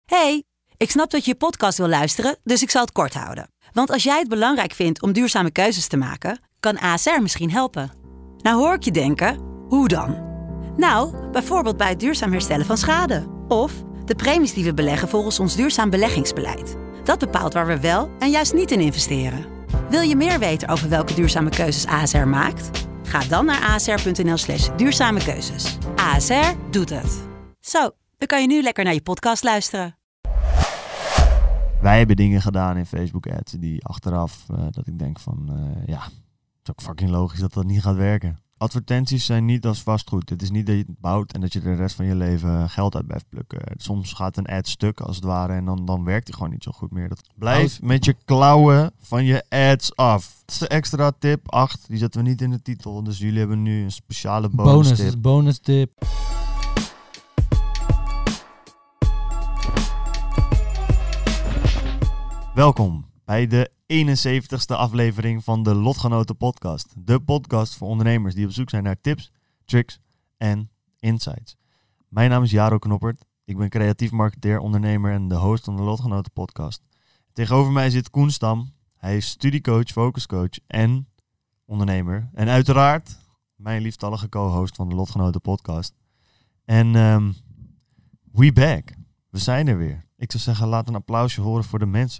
Hey, ik snap dat je je podcast wil luisteren, dus ik zal het kort houden. Want als jij het belangrijk vindt om duurzame keuzes te maken, kan ASR misschien helpen. Nou hoor ik je denken, hoe dan? Nou, bijvoorbeeld bij het duurzaam herstellen van schade. Of de premies die we beleggen volgens ons duurzaam beleggingsbeleid. Dat bepaalt waar we wel en juist niet in investeren. Wil je meer weten over welke duurzame keuzes ASR maakt? Ga dan naar asr.nl/duurzame keuzes. ASR doet het. Zo, dan kan je nu lekker naar je podcast luisteren. Wij hebben dingen gedaan in Facebook ads die achteraf dat ik denk van het is ook fucking logisch dat dat niet gaat werken. Advertenties zijn niet als vastgoed. Het is niet dat je het bouwt en dat je de rest van je leven geld uit blijft plukken. Soms gaat een ad stuk als het ware en dan werkt die gewoon niet zo goed meer. Blijf met je klauwen van je ads af. Dat is de extra tip 8. Die zetten we niet in de titel. Dus jullie hebben nu een speciale bonus tip. Welkom bij de 71ste aflevering van de Lotgenoten podcast. De podcast voor ondernemers die op zoek zijn naar tips, tricks en insights. Mijn naam is Jaro Knoppert. Ik ben creatief marketeer, ondernemer en de host van de Lotgenoten podcast. Tegenover mij zit Koen Stam. Hij is studiecoach, focuscoach en ondernemer. En uiteraard mijn lieftallige co-host van de Lotgenoten podcast. En we back. We zijn er weer. Ik zou zeggen, laat een applausje horen voor de mensen.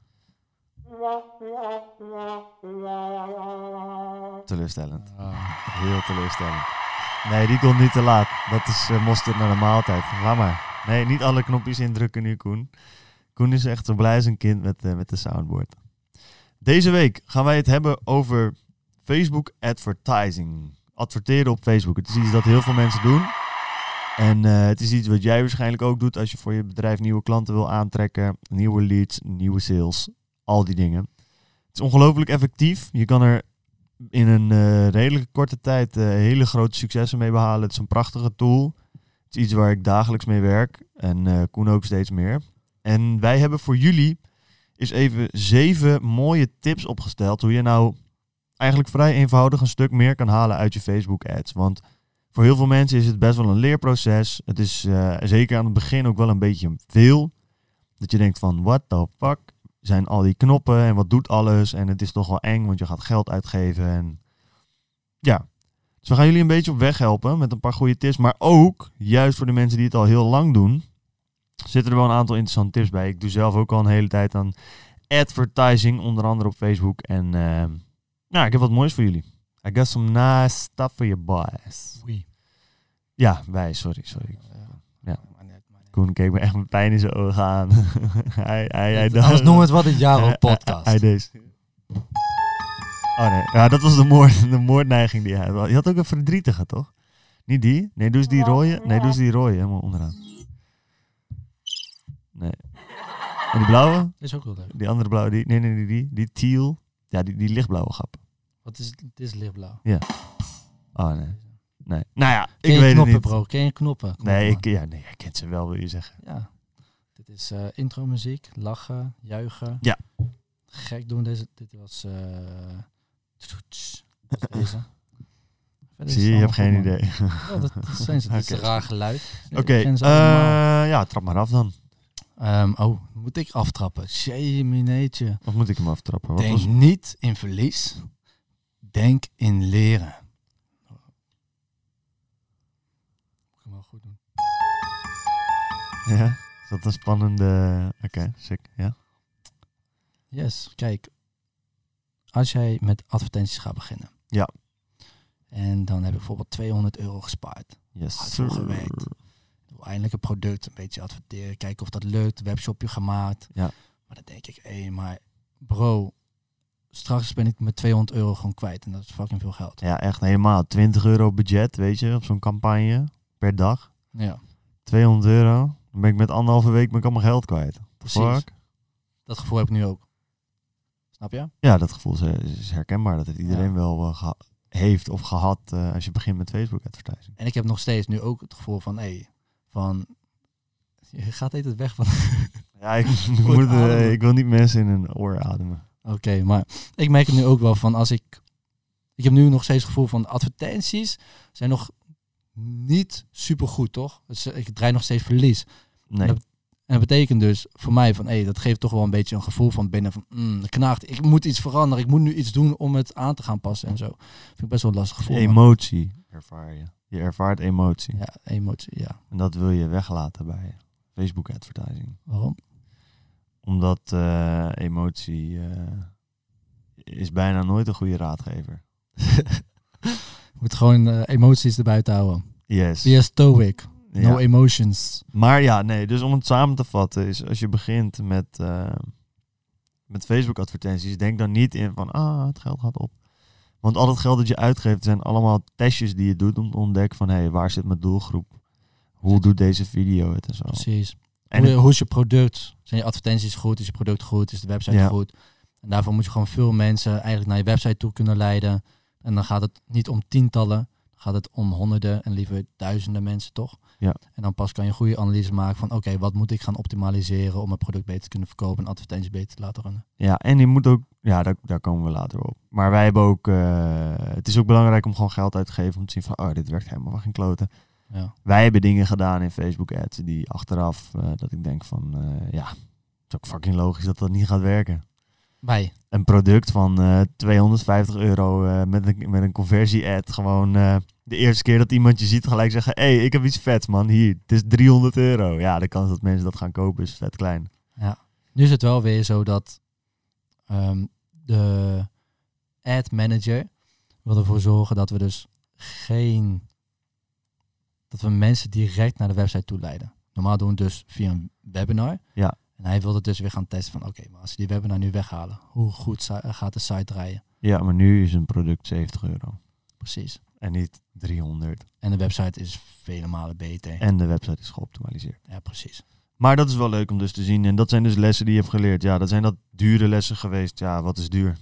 Teleurstellend. Heel teleurstellend. Nee, die komt niet te laat. Dat is mosterd naar de maaltijd. Laat maar. Nee, niet alle knopjes indrukken nu, Koen. Koen is echt zo blij als een kind met de soundboard. Deze week gaan wij het hebben over Facebook advertising. Adverteren op Facebook. Het is iets dat heel veel mensen doen. En het is iets wat jij waarschijnlijk ook doet als je voor je bedrijf nieuwe klanten wil aantrekken. Nieuwe leads, nieuwe sales. Al die dingen. Het is ongelooflijk effectief. Je kan er in een redelijk korte tijd hele grote successen mee behalen. Het is een prachtige tool. Het is iets waar ik dagelijks mee werk. En Koen ook steeds meer. En wij hebben voor jullie eens even 7 mooie tips opgesteld. Hoe je nou eigenlijk vrij eenvoudig een stuk meer kan halen uit je Facebook ads. Want voor heel veel mensen is het best wel een leerproces. Het is zeker aan het begin ook wel een beetje veel. Dat je denkt van, what the fuck? Zijn al die knoppen en wat doet alles? En het is toch wel eng, want je gaat geld uitgeven. En ja, dus we gaan jullie een beetje op weg helpen met een paar goede tips. Maar ook, juist voor de mensen die het al heel lang doen, zitten er wel een aantal interessante tips bij. Ik doe zelf ook al een hele tijd aan advertising, onder andere op Facebook. En ik heb wat moois voor jullie. I got some nice stuff for you boys. Oei. Ja, wij, sorry. Ja. Koen keek me echt met pijn in zijn ogen aan. Anders noem het wat een Jaro podcast. Hij deed. Oh nee, ja, dat was de moordneiging die hij had. Je had ook een verdrietige, toch? Niet die? Nee, doe eens die rode. Nee, doe eens die rode, helemaal onderaan. Nee. En die blauwe? Dat is ook wel leuk. Die andere blauwe, die teal. Ja, die lichtblauwe grap. Wat is het? Het is lichtblauw. Ja. Oh nee. Nee. Nou ja, Ken ik je weet knoppen, het niet. bro? Ken je knoppen? Nee, jij kent ze wel, wil je zeggen. Ja. Dit is intro muziek, lachen, juichen. Ja. Gek doen. Dit was... deze. Zie je, je hebt geen idee. Oh, dat is een raar geluid. Oké, trap maar af dan. Moet ik aftrappen? Jemineetje. Of moet ik hem aftrappen? Denk niet in verlies. Denk in leren. Moet ik hem wel goed doen. Ja, is dat een spannende... Oké, sick, ja. Yes, kijk. Als jij met advertenties gaat beginnen. Ja. En dan heb ik bijvoorbeeld €200 gespaard. Yes, hard voor gewerkt. Eindelijk een product, een beetje adverteren. Kijken of dat lukt. Webshopje gemaakt. Ja. Maar dan denk ik, maar bro, straks ben ik met €200 gewoon kwijt. En dat is fucking veel geld. Ja, echt helemaal. €20 budget, weet je, op zo'n campagne per dag. Ja. €200. Dan ben ik met 1,5 week allemaal geld kwijt. Precies. Fuck. Dat gevoel heb ik nu ook. Snap je? Ja, dat gevoel is herkenbaar. Dat het iedereen wel heeft of gehad als je begint met Facebook advertising. En ik heb nog steeds nu ook het gevoel van, je gaat het weg van... Ja, ik wil niet mensen in hun oor ademen. Oké, maar ik merk het nu ook wel van als ik heb nu nog steeds het gevoel van advertenties zijn nog niet super goed, toch? Dus ik draai nog steeds verlies. Nee. En dat betekent dus voor mij van, dat geeft toch wel een beetje een gevoel van binnen van, knaagt, ik moet iets veranderen, ik moet nu iets doen om het aan te gaan passen en zo. Vind ik best wel een lastig gevoel. Emotie ervaar je. Je ervaart emotie. Ja, emotie, ja. En dat wil je weglaten bij Facebook advertising. Waarom? Omdat emotie is bijna nooit een goede raadgever. Je moet gewoon emoties erbuiten houden. Yes. Be a stoic. No Ja. emotions. Maar ja, nee, dus om het samen te vatten is als je begint met Facebook advertenties, denk dan niet in van het geld gaat op. Want al het geld dat je uitgeeft zijn allemaal testjes die je doet om te ontdekken van waar zit mijn doelgroep? Hoe doet deze video het en zo. Precies. En Hoe is je product? Zijn je advertenties goed? Is je product goed? Is de website goed? En daarvoor moet je gewoon veel mensen eigenlijk naar je website toe kunnen leiden. En dan gaat het niet om tientallen, dan gaat het om honderden en liever duizenden mensen, toch? Ja. En dan pas kan je een goede analyse maken van oké, wat moet ik gaan optimaliseren om mijn product beter te kunnen verkopen en advertenties beter te laten runnen. Ja, en je moet ook, daar komen we later op. Maar wij hebben ook, het is ook belangrijk om gewoon geld uit te geven om te zien van, dit werkt helemaal geen kloten. Ja. Wij hebben dingen gedaan in Facebook ads die achteraf, dat ik denk van, het is ook fucking logisch dat dat niet gaat werken. Wij. Een product van €250 met een conversie-ad. Gewoon de eerste keer dat iemand je ziet gelijk zeggen, ik heb iets vets man, hier, het is €300. Ja, de kans dat mensen dat gaan kopen is vet klein. Ja. Nu is het wel weer zo dat de ad manager wil ervoor zorgen dat we dus dat we mensen direct naar de website toe leiden. Normaal doen we het dus via een webinar. Ja. En hij wilde dus weer gaan testen van maar als we die webinar nu weghalen, hoe goed gaat de site draaien? Ja, maar nu is een product €70. Precies. En niet 300. En de website is vele malen beter. En de website is geoptimaliseerd. Ja, precies. Maar dat is wel leuk om dus te zien. En dat zijn dus lessen die je hebt geleerd. Ja, dat zijn dat dure lessen geweest. Ja, wat is duur?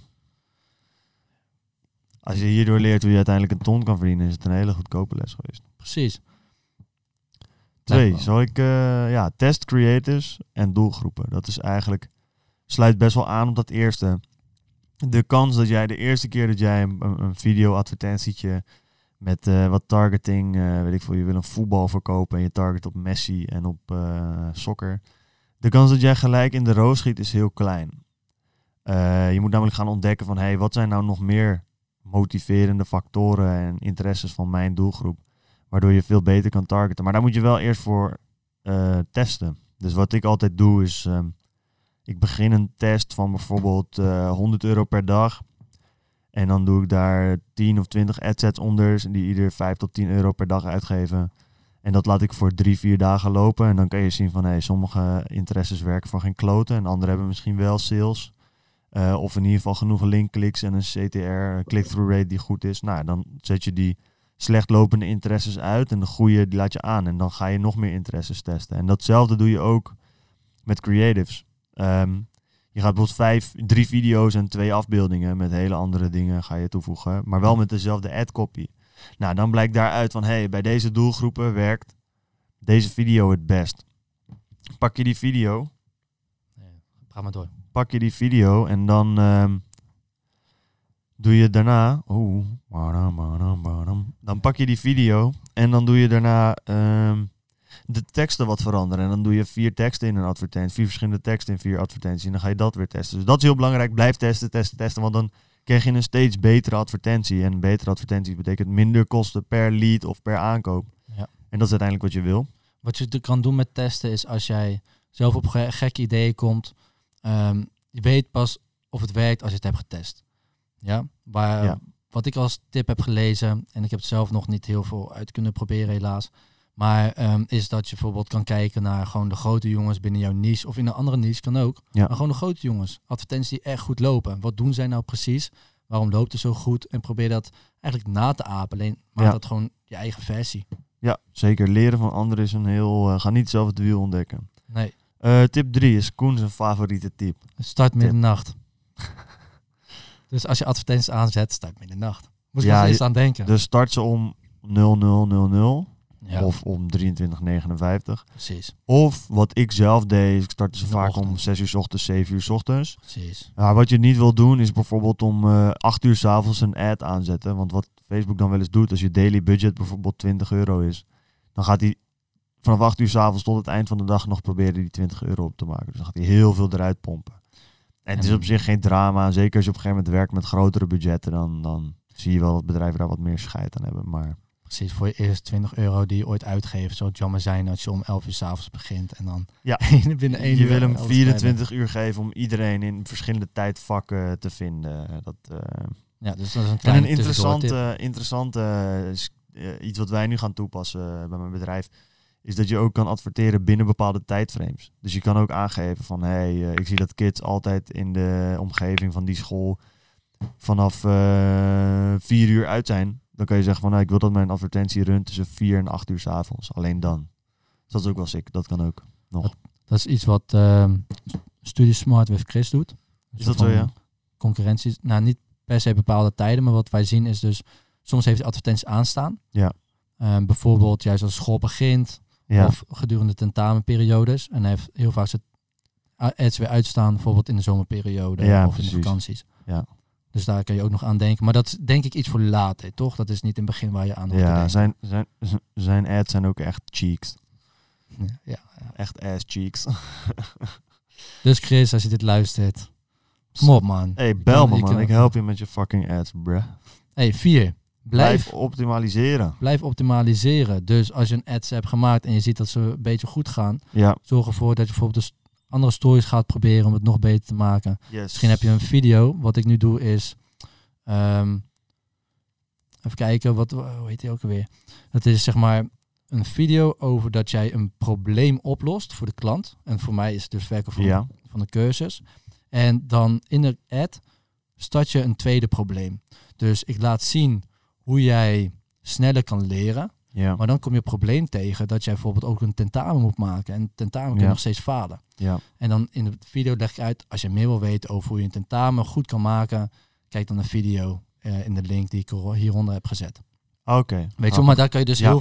Als je hierdoor leert hoe je uiteindelijk een ton kan verdienen, is het een hele goedkope les geweest. Precies. 2, zal ik test creators en doelgroepen. Dat is eigenlijk, sluit best wel aan op dat eerste. De kans dat jij de eerste keer dat jij een video advertentietje met wat targeting, weet ik veel, je wil een voetbal verkopen en je target op Messi en op soccer. De kans dat jij gelijk in de roos schiet is heel klein. Je moet namelijk gaan ontdekken van, wat zijn nou nog meer motiverende factoren en interesses van mijn doelgroep, waardoor je veel beter kan targeten. Maar daar moet je wel eerst voor testen. Dus wat ik altijd doe is, ik begin een test van bijvoorbeeld €100 per dag. En dan doe ik daar 10 of 20 adsets onder, die ieder €5 tot €10 per dag uitgeven. En dat laat ik voor 3-4 dagen lopen. En dan kan je zien van, sommige interesses werken voor geen kloten. En andere hebben misschien wel sales. Of in ieder geval genoeg linkkliks en een CTR, click-through rate die goed is. Nou, dan zet je die slecht lopende interesses uit en de goede die laat je aan. En dan ga je nog meer interesses testen. En datzelfde doe je ook met creatives. Je gaat bijvoorbeeld 3 video's en 2 afbeeldingen met hele andere dingen ga je toevoegen. Maar wel met dezelfde ad copy. Nou, dan blijkt daaruit van, bij deze doelgroepen werkt deze video het best. Pak je die video. Ga maar door. Pak je die video en dan doe je daarna... Dan pak je die video en dan doe je daarna de teksten wat veranderen. En dan doe je 4 teksten in een advertentie. 4 verschillende teksten in 4 advertenties. En dan ga je dat weer testen. Dus dat is heel belangrijk. Blijf testen. Want dan krijg je een steeds betere advertentie. En een betere advertentie betekent minder kosten per lead of per aankoop. Ja. En dat is uiteindelijk wat je wil. Wat je kan doen met testen is als jij zelf op gekke ideeën komt. Je weet pas of het werkt als je het hebt getest. Ja? Wat ik als tip heb gelezen, en ik heb het zelf nog niet heel veel uit kunnen proberen helaas, maar is dat je bijvoorbeeld kan kijken naar gewoon de grote jongens binnen jouw niche, of in een andere niche kan ook, Ja. maar gewoon de grote jongens. Advertenties die echt goed lopen. Wat doen zij nou precies? Waarom loopt het zo goed? En probeer dat eigenlijk na te apen. Alleen maak dat gewoon je eigen versie. Ja, zeker. Leren van anderen is een heel... ga niet zelf het wiel ontdekken. Nee. Tip 3 is Koen zijn favoriete tip. Start middernacht. Dus als je advertenties aanzet, start middernacht. Moet je er eens aan denken. Dus start ze om 00:00 Ja. of om 23:59. Precies. Of wat ik zelf deed, ik startte ze In de vaak ochtend. om 6 uur 's ochtends, 7 uur 's ochtends. Precies. Ja, wat je niet wil doen is bijvoorbeeld om 8 uur 's avonds een ad aanzetten. Want wat Facebook dan wel eens doet, als je daily budget bijvoorbeeld €20 is, dan gaat hij vanaf 8 uur 's avonds tot het eind van de dag nog proberen die €20 op te maken. Dus dan gaat hij heel veel eruit pompen. En het is op zich geen drama. Zeker als je op een gegeven moment werkt met grotere budgetten, dan zie je wel dat bedrijven daar wat meer scheid aan hebben. Maar Precies, voor je eerste €20 die je ooit uitgeeft. Zou het jammer zijn als je om 11 uur 's avonds begint en dan binnen 1 uur... Je wil hem 24 uur geven om iedereen in verschillende tijdvakken te vinden. Ja, dus dat is een kleine interessante iets wat wij nu gaan toepassen bij mijn bedrijf, is dat je ook kan adverteren binnen bepaalde tijdframes. Dus je kan ook aangeven van, ik zie dat kids altijd in de omgeving van die school vanaf 4 uur uit zijn. Dan kan je zeggen van, ik wil dat mijn advertentie runt tussen 4 en 8 uur 's avonds. Alleen dan. Dus dat is ook wel sick. Dat kan ook nog. Dat is iets wat Study Smart with Chris doet. Dus is dat zo, ja? Concurrenties. Nou, niet per se bepaalde tijden, maar wat wij zien is dus, soms heeft hij advertenties aanstaan. Ja. Bijvoorbeeld juist als school begint, of gedurende tentamenperiodes. En hij heeft heel vaak zijn ads weer uitstaan, bijvoorbeeld in de zomerperiode of in de vakanties. Ja. Dus daar kan je ook nog aan denken. Maar dat is denk ik iets voor later, toch? Dat is niet in het begin waar je aan hoort te denken. Zijn ads zijn ook echt cheeks. Ja. Echt ass cheeks. Dus Chris, als je dit luistert, kom op, man. Bel me, man. Ik help je met je fucking ads, bruh. 4. Blijf optimaliseren. Blijf optimaliseren. Dus als je een ads hebt gemaakt en je ziet dat ze een beetje goed gaan, zorg ervoor dat je bijvoorbeeld andere stories gaat proberen om het nog beter te maken. Yes. Misschien heb je een video. Wat ik nu doe is, even kijken, hoe heet die ook alweer? Dat is zeg maar een video over dat jij een probleem oplost voor de klant. En voor mij is het dus werken van de cursus. En dan in de ad start je een tweede probleem. Dus ik laat zien hoe jij sneller kan leren. Ja. Maar dan kom je een probleem tegen dat jij bijvoorbeeld ook een tentamen moet maken. En tentamen kun je nog steeds falen. Ja. En dan in de video leg ik uit, als je meer wil weten over hoe je een tentamen goed kan maken, kijk dan een video in de link die ik hieronder heb gezet. Oké. Weet je, maar daar kan je dus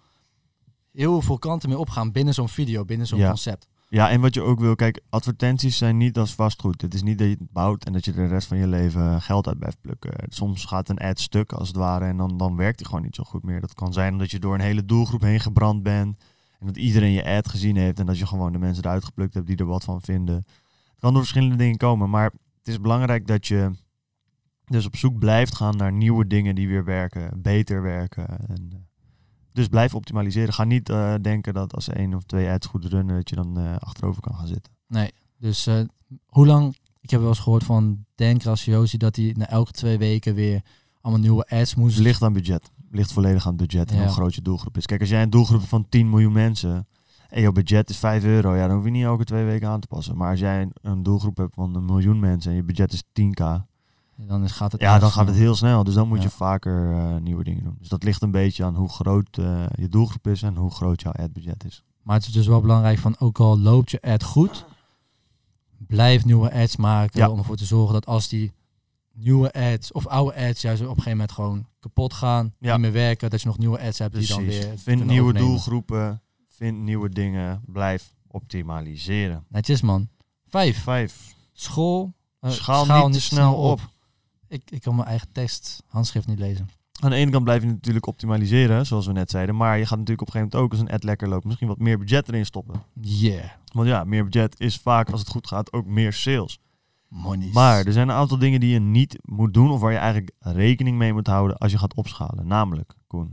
heel veel kanten mee opgaan binnen zo'n video, binnen zo'n concept. Ja, en wat je ook wil, kijk, advertenties zijn niet als vastgoed. Het is niet dat je het bouwt en dat je de rest van je leven geld uit blijft plukken. Soms gaat een ad stuk als het ware en dan werkt die gewoon niet zo goed meer. Dat kan zijn omdat je door een hele doelgroep heen gebrand bent en dat iedereen je ad gezien heeft en dat je gewoon de mensen eruit geplukt hebt die er wat van vinden. Het kan door verschillende dingen komen, maar het is belangrijk dat je dus op zoek blijft gaan naar nieuwe dingen die weer werken, beter werken. Dus blijf optimaliseren. Ga niet denken dat als 1 of 2 ads goed runnen, dat je dan achterover kan gaan zitten. Nee, dus hoe lang... Ik heb wel eens gehoord van Dan Graciosi dat hij na elke 2 weken weer allemaal nieuwe ads moest. Het ligt aan budget. Ligt volledig aan het budget en hoe groot je doelgroep is. Kijk, als jij een doelgroep van 10 miljoen mensen en jouw budget is €5, dan hoef je niet elke 2 weken aan te passen. Maar als jij een doelgroep hebt van 1 miljoen mensen en je budget is 10k, dan gaat het gaat het heel snel. Dus dan moet je vaker nieuwe dingen doen. Dus dat ligt een beetje aan hoe groot je doelgroep is en hoe groot jouw adbudget is. Maar het is dus wel belangrijk van, ook al loopt je ad goed, blijf nieuwe ads maken om ervoor te zorgen dat als die nieuwe ads of oude ads juist op een gegeven moment gewoon kapot gaan, niet meer werken, dat je nog nieuwe ads hebt die dan weer vind nieuwe doelgroepen, vind nieuwe dingen, blijf optimaliseren. Netjes, man. 5. School. Schaal niet te snel op. Ik kan mijn eigen handschrift niet lezen. Aan de ene kant blijf je natuurlijk optimaliseren, zoals we net zeiden. Maar je gaat natuurlijk op een gegeven moment ook, als een ad lekker loopt, misschien wat meer budget erin stoppen. Want meer budget is vaak, als het goed gaat, ook meer sales. Monies. Maar er zijn een aantal dingen die je niet moet doen, of waar je eigenlijk rekening mee moet houden als je gaat opschalen. Namelijk, Koen.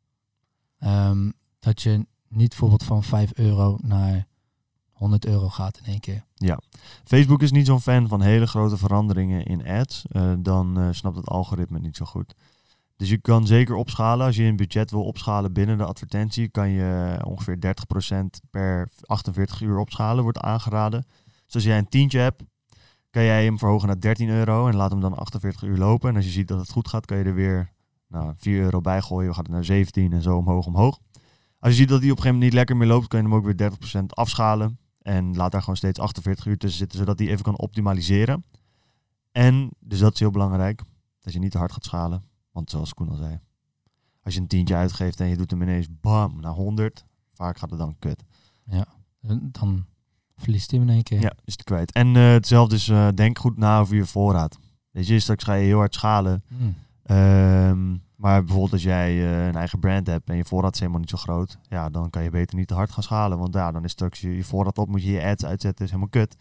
Dat je niet bijvoorbeeld van €5 naar €100 gaat in één keer. Ja, Facebook is niet zo'n fan van hele grote veranderingen in ads. Dan snapt het algoritme niet zo goed. Dus je kan zeker opschalen. Als je een budget wil opschalen binnen de advertentie, kan je ongeveer 30% per 48 uur opschalen, wordt aangeraden. Dus als jij een tientje hebt, kan jij hem verhogen naar €13 en laat hem dan 48 uur lopen. En als je ziet dat het goed gaat, kan je er weer €4 bij gooien. Dan gaat het naar 17 en zo omhoog. Als je ziet dat hij op een gegeven moment niet lekker meer loopt, kan je hem ook weer 30% afschalen. En laat daar gewoon steeds 48 uur tussen zitten, zodat hij even kan optimaliseren. En, dus dat is heel belangrijk, dat je niet te hard gaat schalen. Want zoals Koen al zei, als je een tientje uitgeeft en je doet hem ineens bam naar 100, vaak gaat het dan kut. Ja, dan verliest hij hem in één keer. Ja, is het kwijt. En hetzelfde is, denk goed na over je voorraad. Weet je, straks ga je heel hard schalen. Maar Maar bijvoorbeeld als jij een eigen brand hebt en je voorraad is helemaal niet zo groot, ja, dan kan je beter niet te hard gaan schalen. Want ja, dan is straks je voorraad op, moet je je ads uitzetten, is helemaal kut.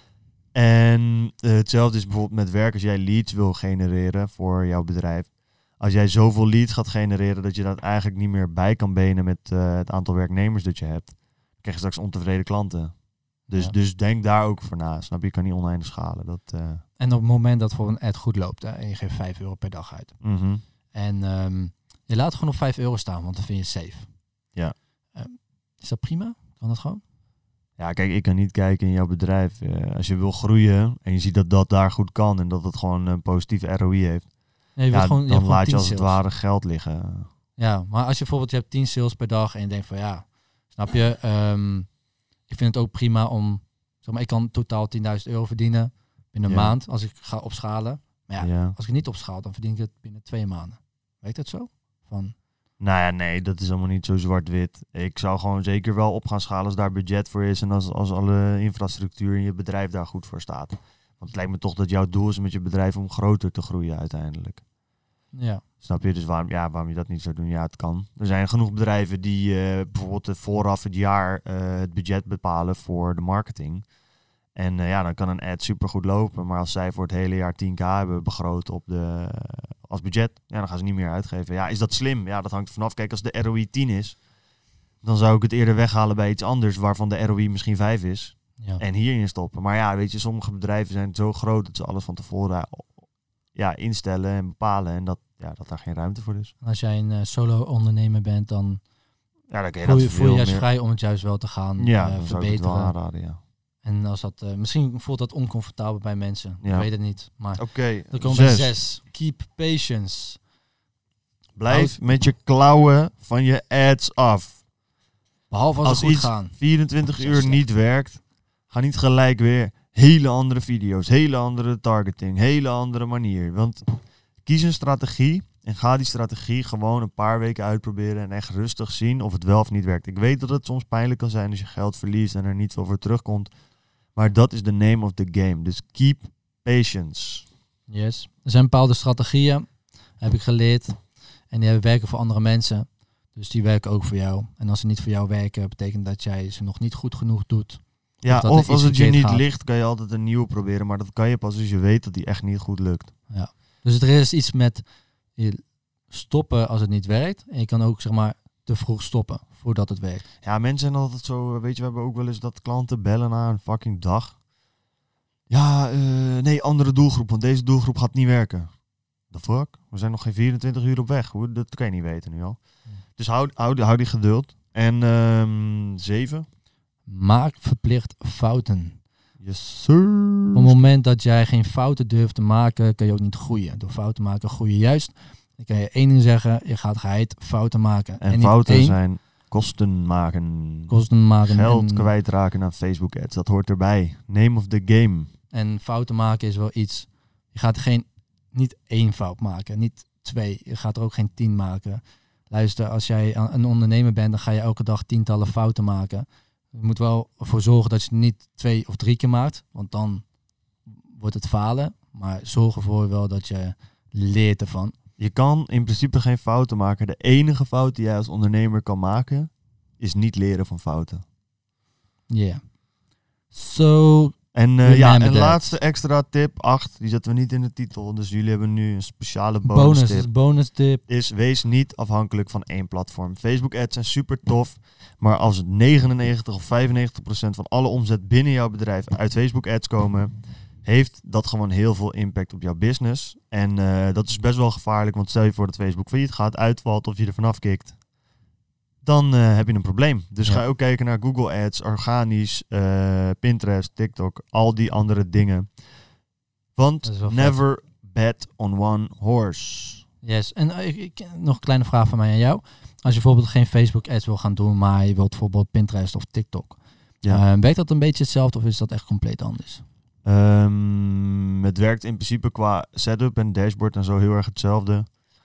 En hetzelfde is bijvoorbeeld met werk als jij leads wil genereren voor jouw bedrijf. Als jij zoveel leads gaat genereren dat je dat eigenlijk niet meer bij kan benen met het aantal werknemers dat je hebt, dan krijg je straks ontevreden klanten. Dus denk daar ook voor na. Snap je? Je kan niet oneindig schalen. En op het moment dat voor een ad goed loopt, hè, en je geeft €5 per dag uit. Mm-hmm. En je laat gewoon op €5 staan, want dan vind je het safe. Ja. Is dat prima? Kan dat gewoon? Ja, kijk, ik kan niet kijken in jouw bedrijf. Als je wil groeien en je ziet dat dat daar goed kan en dat het gewoon een positieve ROI heeft. Nee, dan laat je als het ware geld liggen. Ja, maar als je bijvoorbeeld je hebt 10 sales per dag en je denkt van ja, snap je, ik vind het ook prima om, zeg maar, ik kan totaal €10.000 verdienen binnen een maand als ik ga opschalen. Maar ja, als ik niet opschaal, dan verdien ik het binnen 2 maanden. Weet dat zo? Nou ja, nee, dat is allemaal niet zo zwart-wit. Ik zou gewoon zeker wel op gaan schalen als daar budget voor is en als alle infrastructuur in je bedrijf daar goed voor staat. Want het lijkt me toch dat jouw doel is met je bedrijf om groter te groeien uiteindelijk. Ja. Snap je? Dus waarom je dat niet zou doen? Ja, het kan. Er zijn genoeg bedrijven die bijvoorbeeld vooraf het jaar het budget bepalen voor de marketing. En dan kan een ad supergoed lopen. Maar als zij voor het hele jaar 10.000 hebben begroot als budget, ja, dan gaan ze niet meer uitgeven. Ja, is dat slim? Ja, dat hangt er vanaf. Kijk, als de ROI 10 is, dan zou ik het eerder weghalen bij iets anders waarvan de ROI misschien 5 is. Ja. En hierin stoppen. Maar ja, weet je, sommige bedrijven zijn zo groot dat ze alles van tevoren instellen en bepalen. En dat daar geen ruimte voor is. Als jij een solo-ondernemer bent, dan voel je juist vrij om het juist wel te gaan verbeteren. Zou ik het wel aanraden, ja. En als dat misschien voelt dat oncomfortabel bij mensen. Ja. Ik weet het niet. Maar dan komt 6. Keep patience. Blijf met je klauwen van je ads af. Behalve als het goed gaan. 24 uur niet werkt, ga niet gelijk weer hele andere video's, hele andere targeting, hele andere manier. Want kies een strategie en ga die strategie gewoon een paar weken uitproberen en echt rustig zien of het wel of niet werkt. Ik weet dat het soms pijnlijk kan zijn als je geld verliest en er niet veel voor terugkomt. Maar dat is de name of the game. Dus keep patience. Yes. Er zijn bepaalde strategieën, heb ik geleerd. En die werken voor andere mensen. Dus die werken ook voor jou. En als ze niet voor jou werken, betekent dat jij ze nog niet goed genoeg doet. Ja, of als het je niet ligt, kan je altijd een nieuwe proberen. Maar dat kan je pas als je weet dat die echt niet goed lukt. Ja. Dus er is iets met stoppen als het niet werkt. En je kan ook, zeg maar, te vroeg stoppen voordat het werkt. Ja, mensen zijn altijd zo, weet je, we hebben ook wel eens dat klanten bellen na een fucking dag. Ja, nee, andere doelgroep, want deze doelgroep gaat niet werken. The fuck? We zijn nog geen 24 uur op weg. Dat kan je niet weten nu al. Dus hou die geduld. En 7. Maak verplicht fouten. Yes, sir. Op het moment dat jij geen fouten durft te maken, kan je ook niet groeien. Door fouten maken groei je juist. Dan kan je één ding zeggen, je gaat geheid fouten maken. En fouten zijn kosten maken. Geld kwijtraken aan Facebook ads. Dat hoort erbij. Name of the game. En fouten maken is wel iets. Je gaat niet 1 fout maken, niet 2. Je gaat er ook geen 10 maken. Luister, als jij een ondernemer bent, dan ga je elke dag tientallen fouten maken. Je moet wel ervoor zorgen dat je het niet 2 of 3 keer maakt. Want dan wordt het falen. Maar zorg ervoor wel dat je leert ervan. Je kan in principe geen fouten maken. De enige fout die jij als ondernemer kan maken, is niet leren van fouten. Ja. Yeah. So, en laatste extra tip, 8, die zetten we niet in de titel. Dus jullie hebben nu een speciale bonus tip. Is wees niet afhankelijk van 1 platform. Facebook ads zijn super tof. Maar als 99 of 95% van alle omzet binnen jouw bedrijf uit Facebook ads komen, heeft dat gewoon heel veel impact op jouw business. En dat is best wel gevaarlijk, want stel je voor dat Facebook failliet gaat, uitvalt of je er vanaf kikt, dan heb je een probleem. Dus ga ook kijken naar Google Ads, organisch, Pinterest, TikTok, al die andere dingen. Want never bet on one horse. Yes, en nog een kleine vraag van mij aan jou. Als je bijvoorbeeld geen Facebook ads wil gaan doen, maar je wilt bijvoorbeeld Pinterest of TikTok. Ja. Werkt dat een beetje hetzelfde of is dat echt compleet anders? Het werkt in principe qua setup en dashboard en zo heel erg hetzelfde.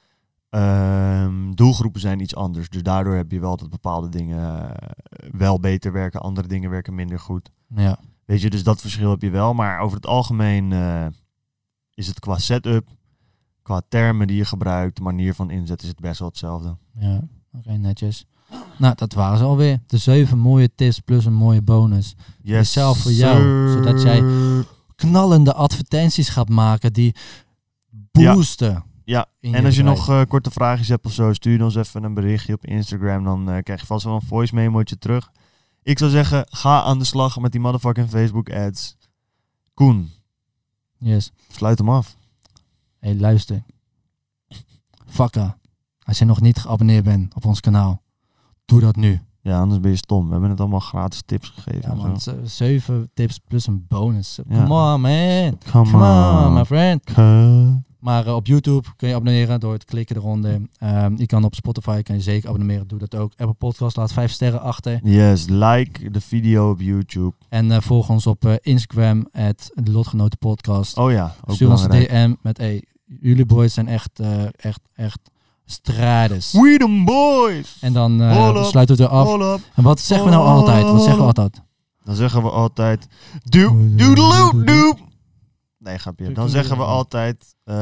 Doelgroepen zijn iets anders. Dus daardoor heb je wel dat bepaalde dingen wel beter werken. Andere dingen werken minder goed. Ja. Weet je, dus dat verschil heb je wel. Maar over het algemeen is het qua setup qua termen die je gebruikt, de manier van inzet is het best wel hetzelfde. Ja, oké, netjes. Nou, dat waren ze alweer. De 7 mooie tips plus een mooie bonus. Yes, Zelf voor jou, zodat jij knallende advertenties gaat maken die boosten. Ja, in en als je bedrijf. nog korte vraagjes hebt of zo, stuur ons even een berichtje op Instagram. Dan krijg je vast wel een voice memootje terug. Ik zou zeggen, ga aan de slag met die motherfucking Facebook ads. Koen, Yes. sluit hem af. Hey, luister. Fakka. Als je nog niet geabonneerd bent op ons kanaal, doe dat nu. Ja, anders ben je stom. We hebben het allemaal gratis tips gegeven. Ja, en man. zo. 7 tips plus een bonus. Ja. Come on, man. Come on, my friend. Come. Maar op YouTube kun je abonneren door te klikken eronder. Je kan op Spotify kan je zeker abonneren. Doe dat ook. Apple Podcast laat 5 sterren achter. Yes, like de video op YouTube. En volg ons op Instagram @de Lotgenoten Podcast. Oh ja, ook Stuur ons een belangrijk. DM met jullie boys zijn echt strijders. We the boys! En dan Hold up, sluiten we het af. hold up. En wat zeggen we nou altijd? Wat zeggen we altijd? Dan zeggen we altijd... Doedeloop, doep. Nee, grapje. Dan zeggen we altijd... wat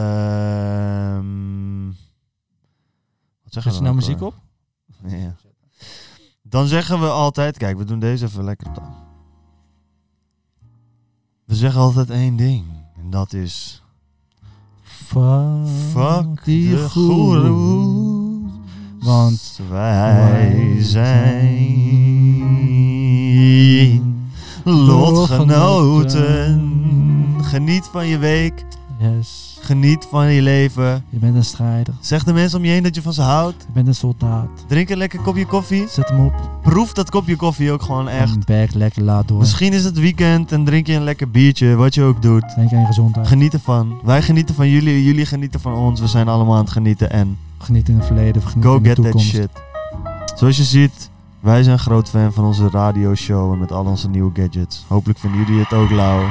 zeggen Zet we je nou ook muziek alweer? op? Ja. Dan zeggen we altijd... Kijk, we doen deze even lekker op de... We zeggen altijd één ding. En dat is... Fuck die de goeroes. goeroes. Want wij zijn lotgenoten. Geniet van je week. yes, Geniet van je leven. je bent een strijder. Zeg de mensen om je heen dat je van ze houdt. Je bent een soldaat. Drink een lekker kopje koffie. Zet hem op. Proef dat kopje koffie ook gewoon echt. En berg lekker laat door. Misschien is het weekend en drink je een lekker biertje. Wat je ook doet. Denk aan je gezondheid. Geniet ervan. Wij genieten van jullie. Jullie genieten van ons. We zijn allemaal aan het genieten. En Geniet in het verleden. Geniet go in de get that toekomst. shit. Zoals je ziet, wij zijn groot fan van onze radioshow en met al onze nieuwe gadgets. Hopelijk vinden jullie het ook lauw.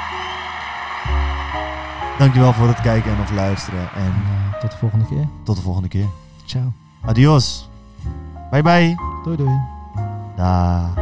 Dankjewel voor het kijken en of luisteren. En En, tot de volgende keer. tot de volgende keer. Ciao. Adios. Bye bye. Doei doei. Daag.